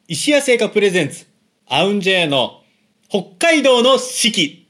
石屋製菓プレゼンツアウンジェイの北海道の四季。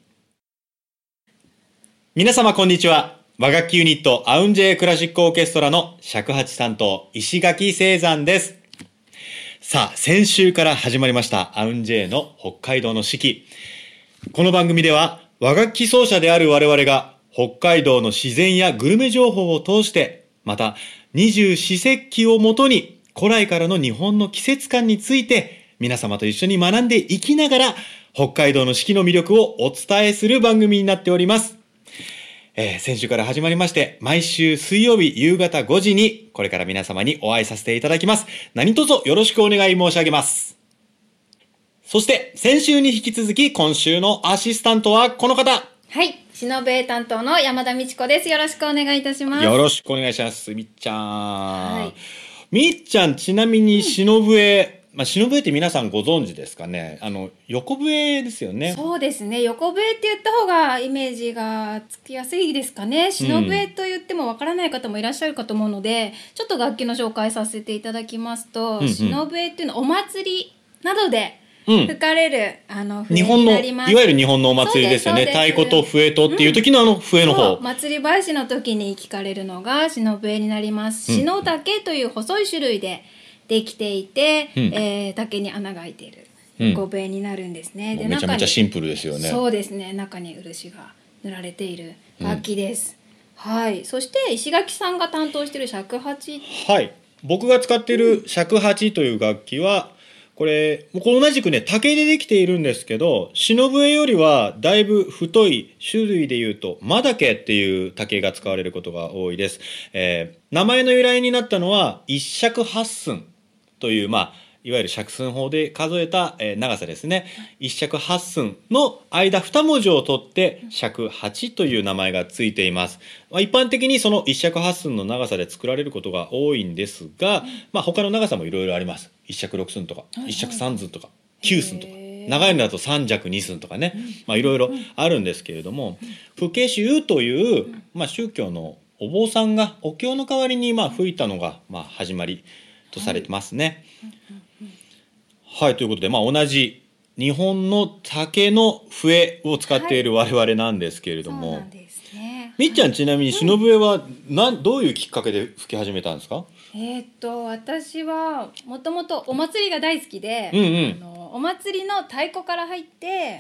皆様こんにちは。和楽器ユニットアウンジェイクラシックオーケストラの尺八担当石垣聖山です。さあ、先週から始まりましたアウンジェイの北海道の四季。この番組では和楽器奏者である我々が北海道の自然やグルメ情報を通して、また二十四節気をもとに古来からの日本の季節感について皆様と一緒に学んでいきながら北海道の四季の魅力をお伝えする番組になっております。先週から始まりまして毎週水曜日夕方5時にこれから皆様にお会いさせていただきます。何卒よろしくお願い申し上げます。そして先週に引き続き今週のアシスタントはこの方。 はい、篠笛担当の山田美智子です。よろしくお願いいたします。 よろしくお願いします。みっちゃん、 はい、 みっちゃん、ちなみに篠笛、篠笛って皆さんご存知ですかね。横笛ですよね。 そうですね、横笛って言った方がイメージがつきやすいですかね。篠笛と言ってもわからない方もいらっしゃるかと思うので、ちょっと楽器の紹介させていただきますと、篠笛っていうのはお祭りなどで吹かれる、 日本のいわゆる日本のお祭りですよね。太鼓と笛とっていう時の笛の方、 祭り林の時に聞かれるのが篠笛になります。篠竹という細い種類でできていて、竹に穴が開いている横笛になるんですね。 でめちゃめちゃシンプルですよね。 そうですね、中に漆が塗られている楽器です。はい。そして石垣さんが担当している尺八。 はい、僕が使っている尺八という楽器はこれ同じくね竹でできているんですけど、篠笛よりはだいぶ太い、種類でいうと真竹っていう竹が使われることが多いです。名前の由来になったのは一尺八寸という、いわゆる尺寸法で数えた、長さですね。一尺八寸の間2文字を取って尺八という名前がついています。一般的にその一尺八寸の長さで作られることが多いんですが、他の長さもいろいろあります。一尺六寸とか、一尺三寸とか、九寸とか、長いのだと三尺二寸とかね、いろいろあるんですけれども、法華宗という、宗教のお坊さんがお経の代わりに吹いたのが、始まりとされてますね。はい、ということで、同じ日本の竹の笛を使っている我々なんですけれども、 そうなんですね。 みっちゃん、ちなみに篠笛はどういうきっかけで吹き始めたんですか？ 私はもともとお祭りが大好きで、お祭りの太鼓から入って、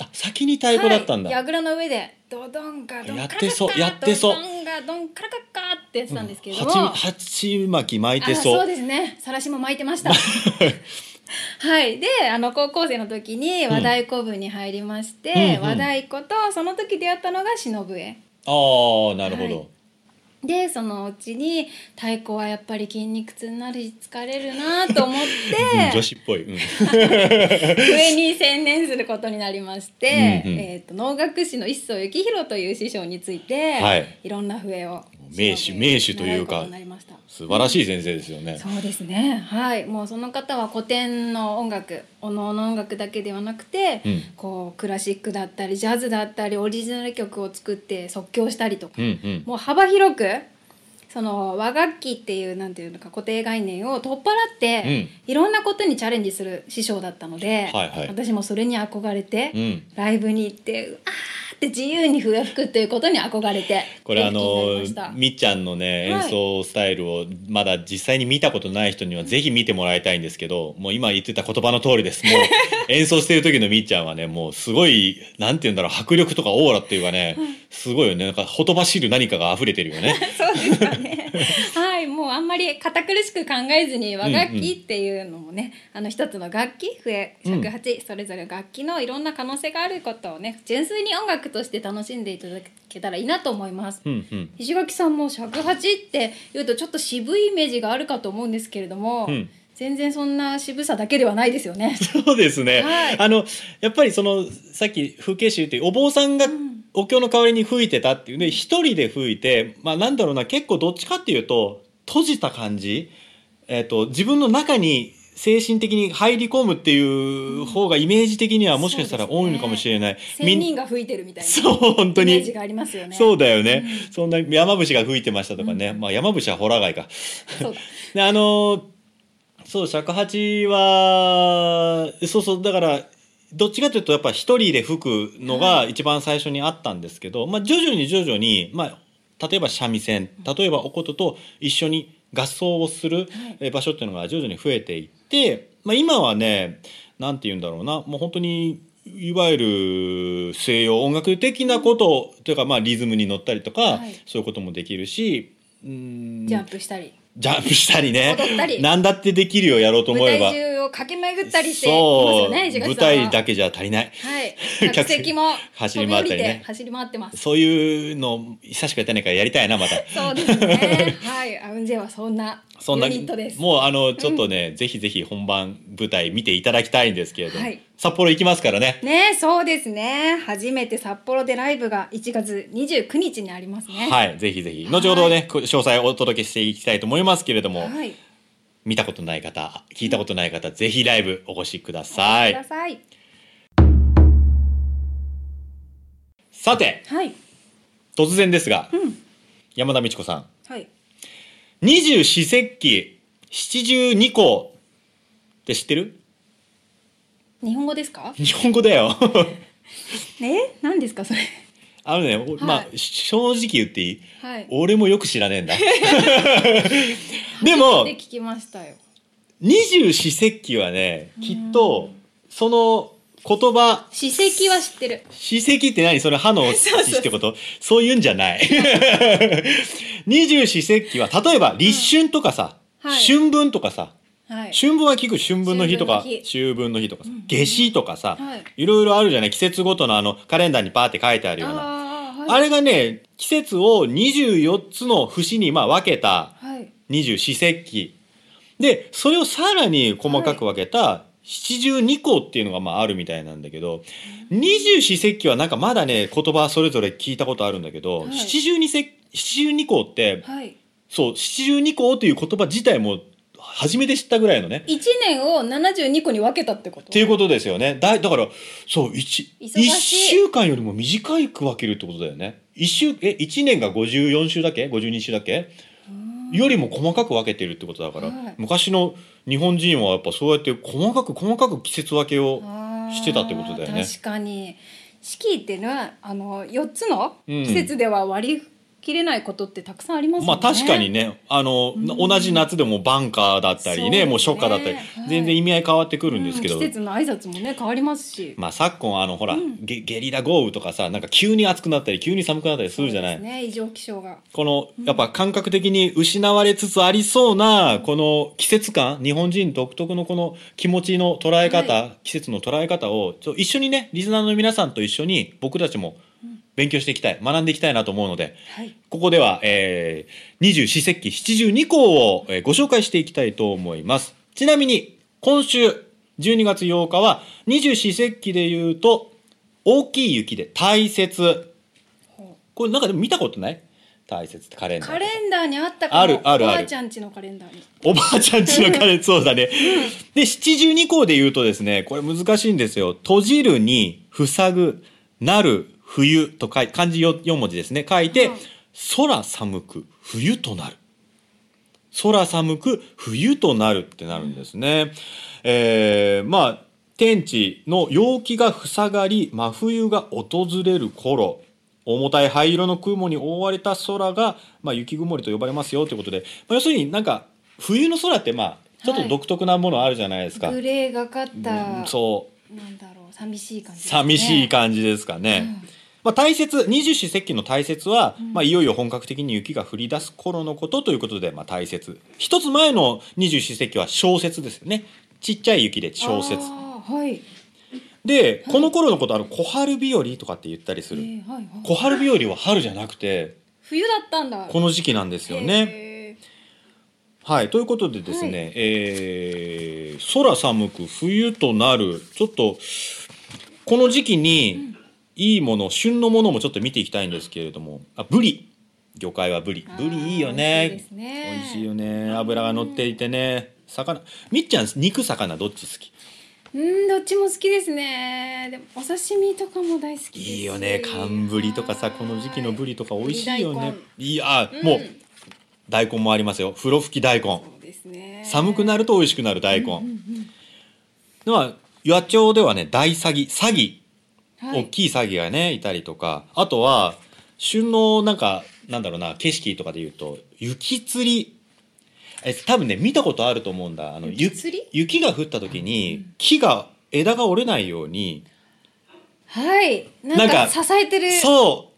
先に太鼓だったんだ。 櫓の上でドドンガドンカラカッカやってそうドドンガドンカラカッカってやってたんですけれども、 鉢巻き巻いてそう。 そうですね、さらしも巻いてましたはい。で、高校生の時に和太鼓部に入りまして、和太鼓とその時出会ったのが篠笛。 ああ、なるほど。はい、 でそのうちに太鼓はやっぱり筋肉痛になるし疲れるなと思って女子っぽい、 笛に専念することになりまして、能楽師の一宗幸宏という師匠について、いろんな笛を名手というか素晴らしい先生ですよね。 そうですね。はい。もうその方は古典の音楽、お能の音楽だけではなくて、クラシックだったりジャズだったりオリジナル曲を作って即興したりとか、もう幅広くその和楽器っていうなんていうのか固定概念を取っ払って、いろんなことにチャレンジする師匠だったので、私もそれに憧れて、ライブに行ってって自由に笛を吹くということに憧れて、 これみっちゃんのね演奏スタイルをまだ実際に見たことない人にはぜひ見てもらいたいんですけど、もう今言ってた言葉の通りです。もう演奏してる時のみっちゃんはね、もうすごいなんて言うんだろう、迫力とかオーラっていうかね、すごいよね。なんかほとばしる何かが溢れてるよねそうですかねはい、もうあんまり堅苦しく考えずに和楽器っていうのもね、一つの楽器、笛、尺八、それぞれ楽器のいろんな可能性があることをね、純粋に音楽として楽しんでいただけたらいいなと思います。石垣さんも尺八っていうとちょっと渋いイメージがあるかと思うんですけれども、全然そんな渋さだけではないですよね。 そうですね、やっぱりさっき法華宗っていうお坊さんがお経の代わりに吹いてたっていうね、一人で吹いて、なんだろうな、結構どっちかっていうと閉じた感じ、自分の中に精神的に入り込むっていう方がイメージ的にはもしかしたら多いのかもしれない。 仙人が吹いてるみたいな本当にイメージがありますよね。 そうだよね、そんな山伏が吹いてましたとかね、山伏はホラ貝かそうそう尺八はそうだからどっちかというとやっぱ一人で吹くのが一番最初にあったんですけど、まあ、徐々に、まあ、例えば三味線、例えばお琴と一緒に合奏をする場所っていうのが徐々に増えていって、まあ、今はねなんて言うんだろうな、もう本当にいわゆる西洋音楽的なことというか、まあ、リズムに乗ったりとか、はい、そういうこともできるし、 ジャンプしたりね、 踊ったり何だってできるよ、やろうと思えば。 舞台中を駆け巡ったりしていますよね。 そう舞台だけじゃ足りない、 はい、客席も走り回ったりね、 走り回ってます。 そういうの久しくやってないからやりたいなまた。 そうですねはいアウンジェはそんなユニットです。 もうちょっとね、ぜひぜひ本番舞台見ていただきたいんですけれども、はい、札幌行きますからね。 ね、そうですね。初めて札幌でライブが1月29日にありますね。 はい、ぜひぜひ後ほどね、詳細をお届けしていきたいと思いますけれども、はい、見たことない方、聞いたことない方、ぜひライブお越しください。さて、 はい、 突然ですが、山田美智子さん、 はい、 二十四節気七十二候って知ってる？ 日本語ですか？ 日本語だよ何ですかそれ？ ね、はい、まあ正直言っていい、はい、俺もよく知らねえんだでも初めて聞きましたよ。 二十四節気はね、きっとその言葉、 四石は知ってる。 四石って何？それ歯の四ってこと？そういうんじゃない二十四節気は例えば立春とかさ、はい、春分とかさ、はい、春分は聞く、春分の日とか秋分の日とかさ、夏至とかさ、はい、いろいろあるじゃない。季節ごとのカレンダーにパーって書いてあるような はい、あれがね、季節を24つの節にまあ分けた二十四節気で、それをさらに細かく分けた七十二候っていうのがまああるみたいなんだけど、二十四節気はなんかまだね言葉それぞれ聞いたことあるんだけど、はい、七十二候って、はい、そう七十二候っていう言葉自体も初めて知ったぐらいのね。 1年を72個に分けたってこと？ っていうことですよね。だからそう 1週間よりも短く分けるってことだよね。1年が54週だっけ52週だっけよりも細かく分けてるってことだから、はい、昔の日本人はやっぱそうやって細かく季節分けをしてたってことだよね。 確かに四季っていうのは4つの季節では割り切れないことってたくさんありますよね。 まあ確かにね、同じ夏でも晩夏だったりね、もう初夏だったり、全然意味合い変わってくるんですけど、 季節の挨拶もね変わりますし、 まあ昨今ほら、ゲリラ豪雨とかさ、なんか急に暑くなったり急に寒くなったりするじゃない。 そうですね、異常気象がこのやっぱ感覚的に失われつつありそうなこの季節感、日本人独特のこの気持ちの捉え方、季節の捉え方を一緒にね、リスナーの皆さんと一緒に僕たちも勉強していきたい、学んでいきたいなと思うので、はい、ここでは、二十四節気七十二候を、ご紹介していきたいと思います。ちなみに今週12月8日は二十四節気でいうと大きい雪で大雪。これなんかでも見たことない？大雪ってカレンダーにあったかも。 あるおばあちゃんちのカレンダーに。 おばあちゃんちのカレンダーそうだね、で七十二候でいうとですね、これ難しいんですよ。閉じるに塞ぐなる冬と漢字 4文字ですね、書いて、空寒く冬となる、空寒く冬となるってなるんですね。まあ天地の陽気が塞がり真冬が訪れる頃、重たい灰色の雲に覆われた空が、まあ、雪曇りと呼ばれますよということで、まあ、要するになんか冬の空ってまあちょっと独特なものあるじゃないですか、 グレーがかった、 そうなんだろう、寂しい感じですね。 寂しい感じですかね、まあ、大雪、二十四節気の大雪は、まあ、いよいよ本格的に雪が降り出す頃のことということで、まあ、大雪。一つ前の二十四節気は小雪ですよね。ちっちゃい雪で小雪、 はい、 でこの頃のこと小春日和とかって言ったりする、小春日和は春じゃなくて冬だったんだ。 この時期なんですよね。はい、ということでですね、空寒く冬となる、ちょっとこの時期に、いいもの、旬のものもちょっと見ていきたいんですけれども、ブリ、魚介はブリいいよね。美味しいよね。脂が乗っていてね。魚、みっちゃん肉魚どっち好き？ どっちも好きですね。でもお刺身とかも大好きです。 いいよね、寒ブリとかさ、この時期のブリとか美味しいよね。いや、もう大根もありますよ。風呂吹き大根。 ですね。 寒くなると美味しくなる大根。では八町ではね、大サギ、大きいサギがねいたりとか、あとは旬のなんだろうな、景色とかで言うと雪吊り。多分ね見たことあると思うんだ。雪が降った時に枝が折れないように、 なんか支えてる。 そう、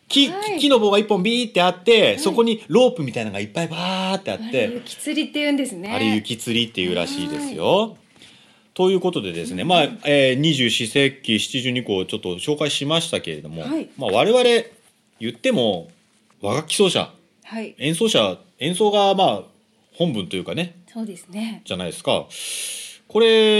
木の棒が一本ビーってあって、そこにロープみたいなのがいっぱいバーってあって、 雪吊りって言うんですね。 あれ雪吊りっていうらしいですよ。ということでですね、二十四節気七十二候をちょっと紹介しましたけれども、我々言っても和楽器奏者、演奏が本文というかね、 そうですね、 じゃないですか。こ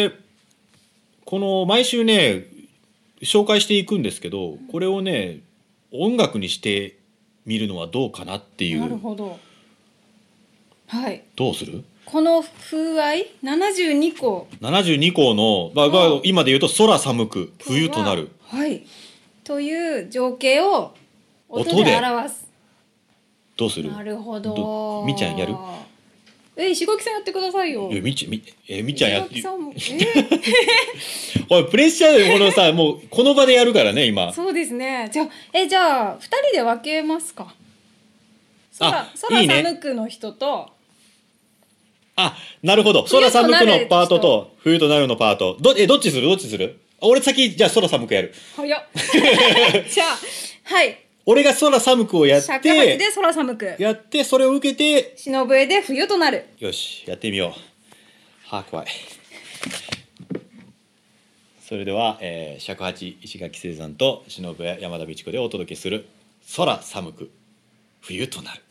の毎週ね紹介していくんですけど、これをね音楽にしてみるのはどうかなっていう。 なるほど。 どうする？ この風合い72項の、今で言うと空寒く冬となる、 という情景を音で表す。 どうする？ なるほど。 みっちゃんやる？ 石垣さんやってくださいよ。 みっちゃんやって。おい、プレッシャーでこのさ、もうこの場でやるからね今。 そうですね。じゃあ2人で分けますか。空寒くの人と。 なるほど。空寒くのパートと冬となるのパート。どっちする？俺先じゃあ空寒くやる。 早っ。じゃあ俺が空寒くをやって、 尺八で空寒くやって、それを受けて篠笛で冬となる。 よし、やってみよう。怖い。それでは、尺八石垣聖山と篠笛山田美智子でお届けする空寒く冬となる。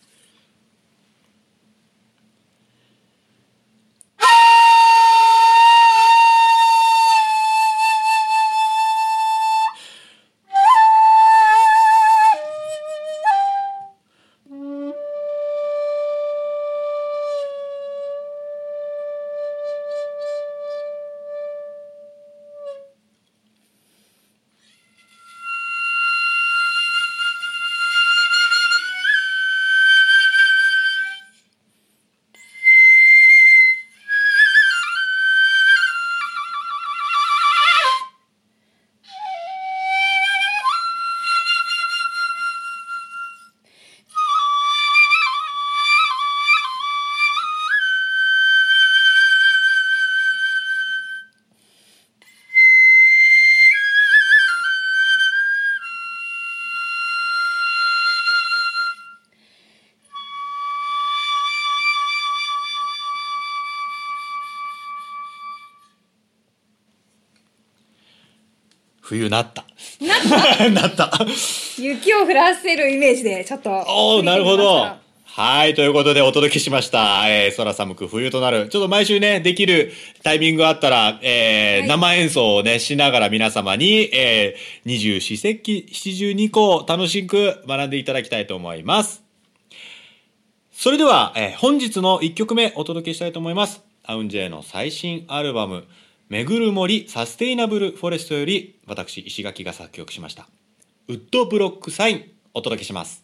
冬なったなった雪を降らせるイメージでちょっとなるほど。ということでお届けしました、空寒く冬となる。ちょっと毎週ねできるタイミングがあったら、生演奏をねしながら皆様に、二十四節気七十二候楽しく学んでいただきたいと思います。それでは、本日の1曲目お届けしたいと思います。アウンジェイの最新アルバムめぐる森サステイナブルフォレストより、私石垣が作曲しましたウッドブロックサインお届けします。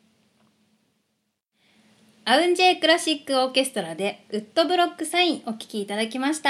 アウンジェイクラシックオーケストラでウッドブロックサインお聴きいただきました。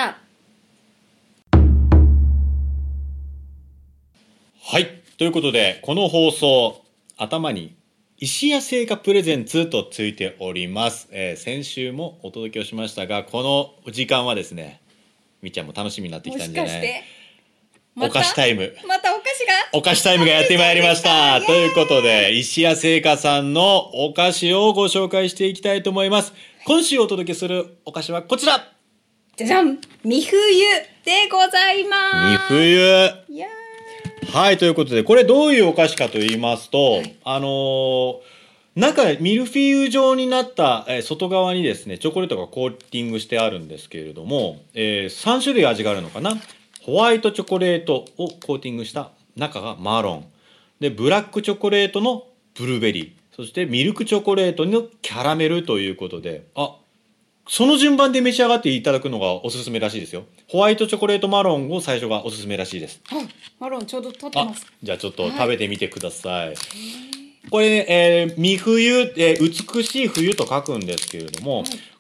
ということでこの放送頭に石屋製菓プレゼンツとついております。先週もお届けをしましたが、この時間はですね、みっちゃんも楽しみになってきたんじゃない？ もしかしてお菓子タイム。 またお菓子タイムがやってまいりました。ということで、石屋製菓さんのお菓子をご紹介していきたいと思います。今週お届けするお菓子はこちら。 じゃじゃん、三冬でございます。 三冬。ということで、これどういうお菓子かと言いますと、中ミルフィーユ状になった、外側にですねチョコレートがコーティングしてあるんですけれども、3種類味があるのかな。ホワイトチョコレートをコーティングした中がマロンで、ブラックチョコレートのブルーベリー、そしてミルクチョコレートのキャラメルということで、その順番で召し上がっていただくのがおすすめらしいですよ。ホワイトチョコレートマロンを最初がおすすめらしいです。 マロンちょうど取ってます。 じゃあちょっと食べてみてください。これ、三冬、美しい冬と書くんですけれども、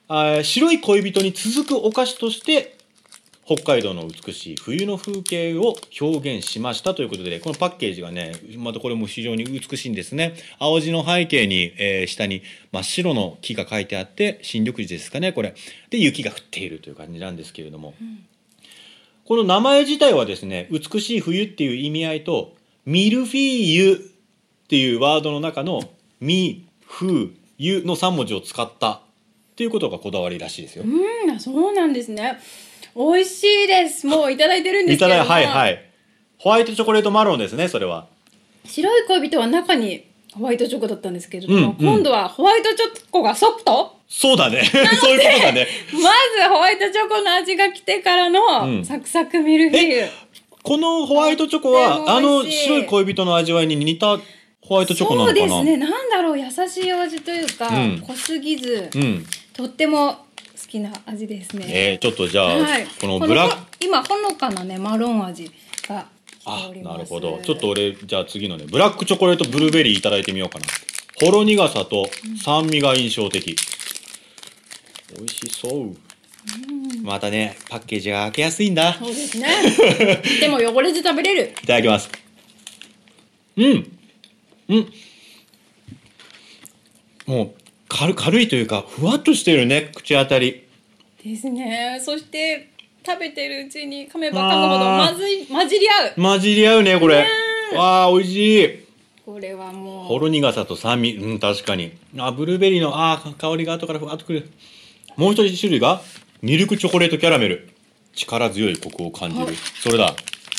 白い恋人に続くお菓子として北海道の美しい冬の風景を表現しましたということで、このパッケージがね、またこれも非常に美しいんですね。青地の背景に、下に真っ白の木が書いてあって、新緑樹ですかね、これで雪が降っているという感じなんですけれども、この名前自体はですね、美しい冬っていう意味合いとミルフィーユっていうワードの中のミフユの3文字を使ったっていうことがこだわりらしいですよ。 そうなんですね。美味しいです。もういただいてるんですけども、 はいはい。ホワイトチョコレートマロンですね、それは。 白い恋人は中にホワイトチョコだったんですけれども、今度はホワイトチョコがソフト？ そうだね。そういうことだね。 まずホワイトチョコの味が来てからのサクサクミルフィーユ。 このホワイトチョコは白い恋人の味わいに似たホワイトチョコなのかな？ そうですね。なんだろう、優しいお味というか、濃すぎず、とっても好きな味ですね。 ちょっとじゃあ、このブラック今ほのかなねマロン味が来ております。 なるほど。ちょっと俺じゃあ次のねブラックチョコレートブルーベリーいただいてみようかな。ほろ苦さと酸味が印象的。美味しそう。またねパッケージが開けやすいんだ。 そうですね。でも汚れず食べれる。 いただきます。もう軽いというかふわっとしてるね、口当たりですね。そして食べてるうちに噛めば噛むほど混じり合う。 混じり合うねこれ。わあ美味しい。 これはもうほろ苦さと酸味、確かに。ブルーベリーの香りが後からふわっとくる。もう一種類がミルクチョコレートキャラメル。力強いコクを感じる。それだ。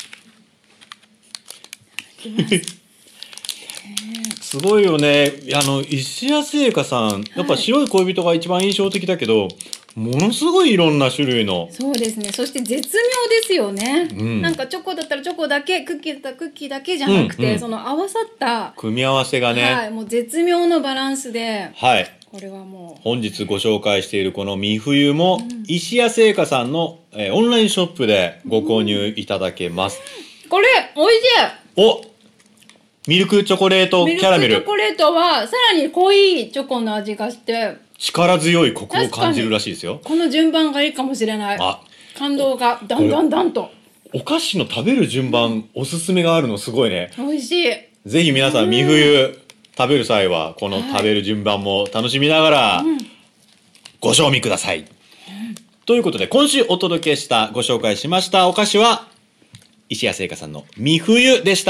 すごいよね。石屋製菓さん、やっぱ白い恋人が一番印象的だけど、ものすごいいろんな種類の。 そうですね。そして絶妙ですよね。なんかチョコだったらチョコだけ、クッキーだったらクッキーだけじゃなくて、その合わさった組み合わせがね、 もう絶妙のバランスで、これはもう本日ご紹介しているこの美冬も、石屋製菓さんの、オンラインショップでご購入いただけます。 これ美味しい。 ミルクチョコレートキャラメル。 ミルクチョコレートはさらに濃いチョコの味がして力強いコクを感じるらしいですよ。 この順番がいいかもしれない。感動がだんだんだんと。 お菓子の食べる順番、おすすめがあるのすごいね。 美味しい。 ぜひ皆さん美冬食べる際はこの食べる順番も楽しみながらご賞味ください。ということで今週お届けしたご紹介しましたお菓子は石屋製菓さんの美冬でした。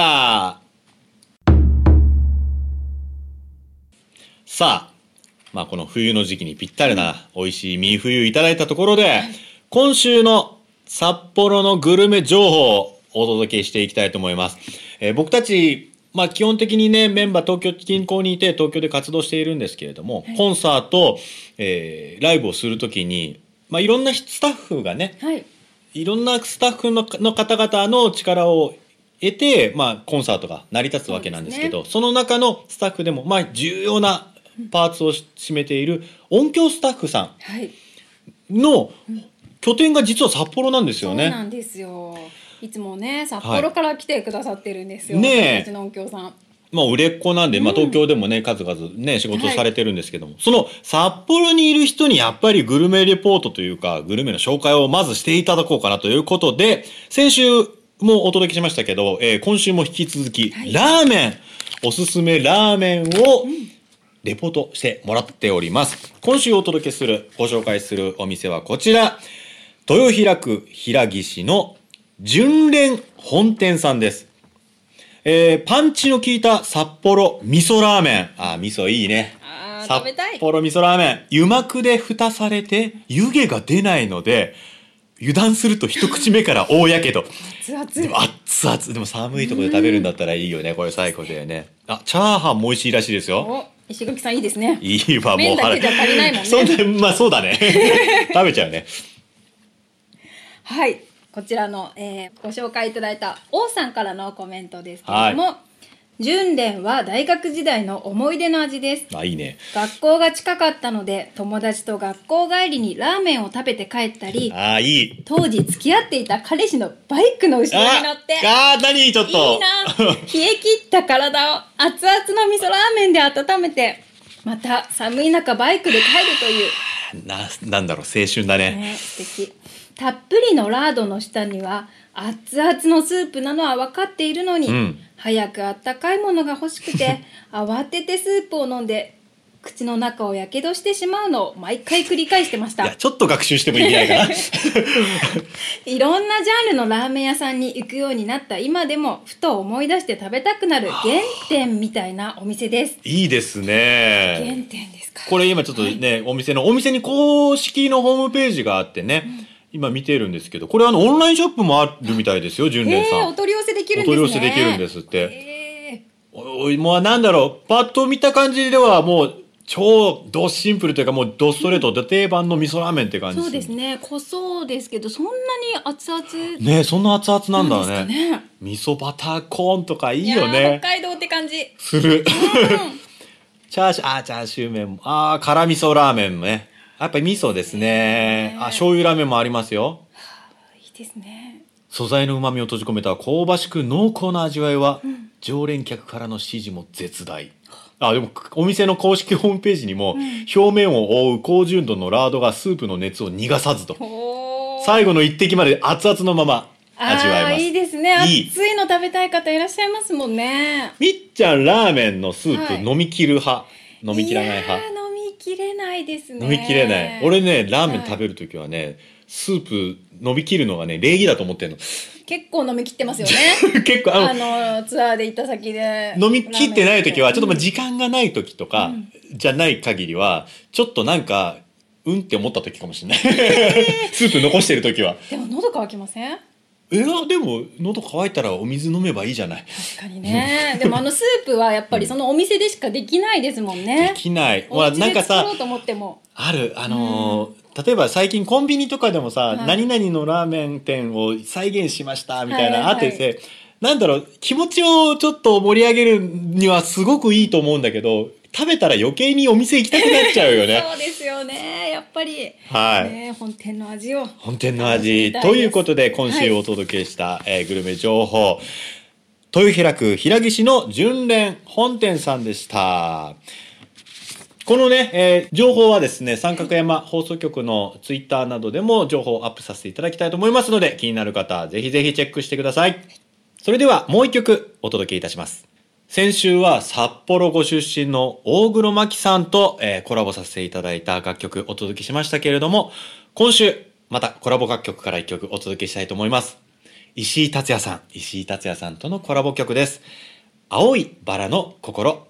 さあ、この冬の時期にぴったりな美味しい美冬いただいたところで、今週の札幌のグルメ情報をお届けしていきたいと思います。僕たち、基本的にね、メンバー東京近郊にいて東京で活動しているんですけれども、コンサート、ライブをするときに、いろんなスタッフがね、いろんなスタッフの方々の力を得て、コンサートが成り立つわけなんですけど、その中のスタッフでも、重要なパーツを占めている音響スタッフさんの拠点が実は札幌なんですよね。 そうなんですよ。いつもね札幌から来てくださってるんですよ。 ねえ、 私たちの音響さん。 売れっ子なんで、東京でもね数々ね仕事されてるんですけども、その札幌にいる人にやっぱりグルメレポートというかグルメの紹介をまずしていただこうかなということで、先週もお届けしましたけど、今週も引き続き、ラーメン、おすすめラーメンをレポートしてもらっております。今週お届けする、ご紹介するお店はこちら、豊平区平岸の純連本店さんです。パンチの効いた札幌味噌ラーメン。味噌いいね。 食べたい。 札幌味噌ラーメン。湯膜で蓋されて湯気が出ないので、油断すると一口目から大やけど。 熱々。 でも熱々。でも寒いところで食べるんだったらいいよね。これ最高だよね。チャーハンも美味しいらしいですよ。 石垣さんいいですね。 いいわ、もう麺だけじゃ足りないもんね。 そうだね。食べちゃうね。 はい。こちらの、ご紹介いただいた王さんからのコメントですけれども、純連は大学時代の思い出の味です。 いいね。 学校が近かったので友達と学校帰りにラーメンを食べて帰ったり、 いい。 当時付き合っていた彼氏のバイクの後ろに乗って、 何ちょっといいな。冷え切った体を熱々の味噌ラーメンで温めて、また寒い中バイクで帰るというなんだろう、青春だね。 ね、素敵。たっぷりのラードの下には熱々のスープなのは分かっているのに、早くあったかいものが欲しくて慌ててスープを飲んで口の中をやけどしてしまうのを毎回繰り返してました。 いや、ちょっと学習してもいいんじゃないかな。 いろんなジャンルのラーメン屋さんに行くようになった今でもふと思い出して食べたくなる原点みたいなお店です。 いいですね。 原点ですか。 これ今ちょっとね、お店に公式のホームページがあってね、今見てるんですけど、これオンラインショップもあるみたいですよ、純連さん。 お取り寄せできるんですね。 お取り寄せできるんですって。もうなんだろう、パッと見た感じではもう超ドシンプルというか、もうドストレート、ド定番の味噌ラーメンって感じです。 そうですね、濃そうですけどそんなに熱々 ね、そんな熱々なんだね。 ね、 味噌バターコーンとかいいよね。 北海道って感じする。チャーシュー麺も、辛味噌ラーメンもね、やっぱり味噌ですね。醤油ラーメンもありますよ。 いいですね。 素材の旨味を閉じ込めた香ばしく濃厚な味わいは、常連客からの支持も絶大。でもお店の公式ホームページにも、表面を覆う高純度のラードがスープの熱を逃がさずと、最後の一滴まで熱々のまま味わえます。 いいですね。熱いの食べたい方いらっしゃいますもんね。 みっちゃんラーメンのスープ、飲み切る派、飲み切らない派？ 飲み切れないですね。 飲み切れない。俺ね、ラーメン食べるときはね、スープ飲み切るのがね、礼儀だと思ってんの。 結構飲み切ってますよね。 結構ツアーで行った先で飲み切ってない時は、ちょっと時間がない時とかじゃない限りは、ちょっとなんかって思った時かもしれない。スープ残してる時は。 でも喉乾きません？ でも喉乾いたらお水飲めばいいじゃない。 確かにね。でもスープはやっぱりそのお店でしかできないですもんね。 できない。 お家で作ろうと思ってもある例えば最近コンビニとかでもさ、何々のラーメン店を再現しましたみたいなあってて、なんだろう、気持ちをちょっと盛り上げるにはすごくいいと思うんだけど、食べたら余計にお店行きたくなっちゃうよね。 そうですよね、やっぱり。本店の味を。 本店の味ということで、今週お届けした、グルメ情報、豊平区平岸の純連本店さんでした。このね、情報はですね、三角山放送局のツイッターなどでも情報をアップさせていただきたいと思いますので、気になる方はぜひぜひチェックしてください。それではもう一曲お届けいたします。先週は札幌ご出身の大黒摩季さんと、コラボさせていただいた楽曲お届けしましたけれども、今週またコラボ楽曲から一曲お届けしたいと思います。石井達也さんとのコラボ曲です。青いバラの心。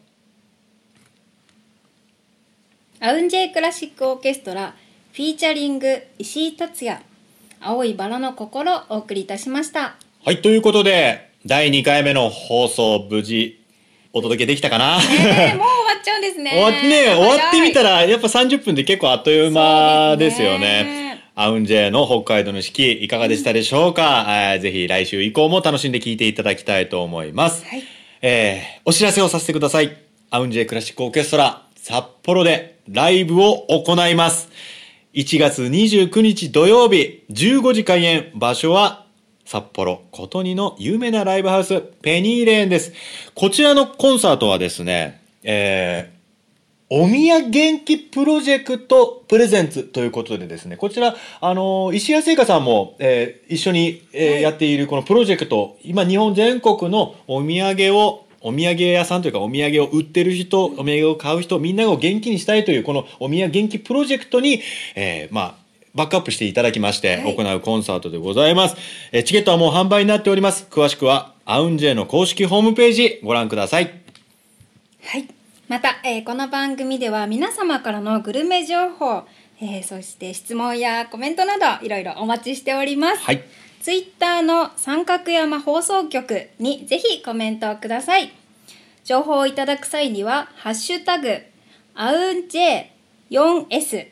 アウンジェイクラシックオーケストラフィーチャリング石井達也、青いバラの心をお送りいたしました。 はい、ということで第2回目の放送、無事お届けできたかな。 もう終わっちゃうんですね。 終わってみたらやっぱ30分で結構あっという間ですよね。アウンジェの北海道の四季いかがでしたでしょうか。ぜひ来週以降も楽しんで聴いていただきたいと思います。お知らせをさせてください。アウンジェクラシックオーケストラ札幌でライブを行います。1月29日土曜日15時開演。場所は札幌琴似の有名なライブハウスペニーレーンです。こちらのコンサートはですね、お宮元気プロジェクトプレゼンツということでですね、こちら石谷製菓さんも、一緒に、やっているこのプロジェクト、今日本全国のお土産屋さんというかお土産を売ってる人、お土産を買う人、みんなを元気にしたいというこのお土産元気プロジェクトに、バックアップしていただきまして行うコンサートでございます。チケットはもう販売になっております。詳しくはアウンジェの公式ホームページご覧ください。 はい。また、この番組では皆様からのグルメ情報、そして質問やコメントなどいろいろお待ちしております。 はい。 ツイッターの三角山放送局にぜひコメントをください。情報をいただく際にはハッシュタグアウンジェ 4S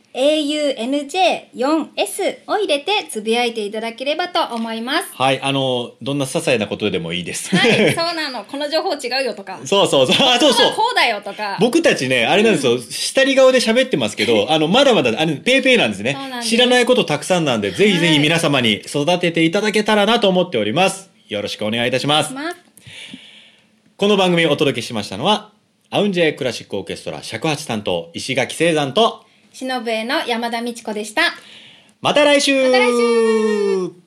AUNJ4S を入れてつぶやいていただければと思います。 はい、どんな些細なことでもいいです。 はい、そうなの。この情報違うよとか。 そう。そう。 こうだよとか。 僕たちね、あれなんですよ、下り顔で喋ってますけど、まだまだ、ペーペーなんですね。知らないことたくさんなんで、ぜひぜひ皆様に育てていただけたらなと思っております。よろしくお願いいたします。この番組をお届けしましたのは、アウンジェクラシックオーケストラ尺八担当、石垣聖山と、 篠笛の山田美智子でした。 また来週。 また来週。